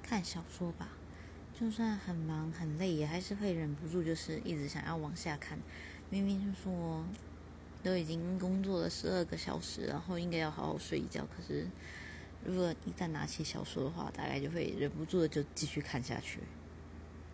看小说吧，就算很忙很累，也还是会忍不住就是一直想要往下看。明明就说都已经工作了12个小时，然后应该要好好睡一觉，可是如果一旦拿起小说的话，大概就会忍不住的就继续看下去。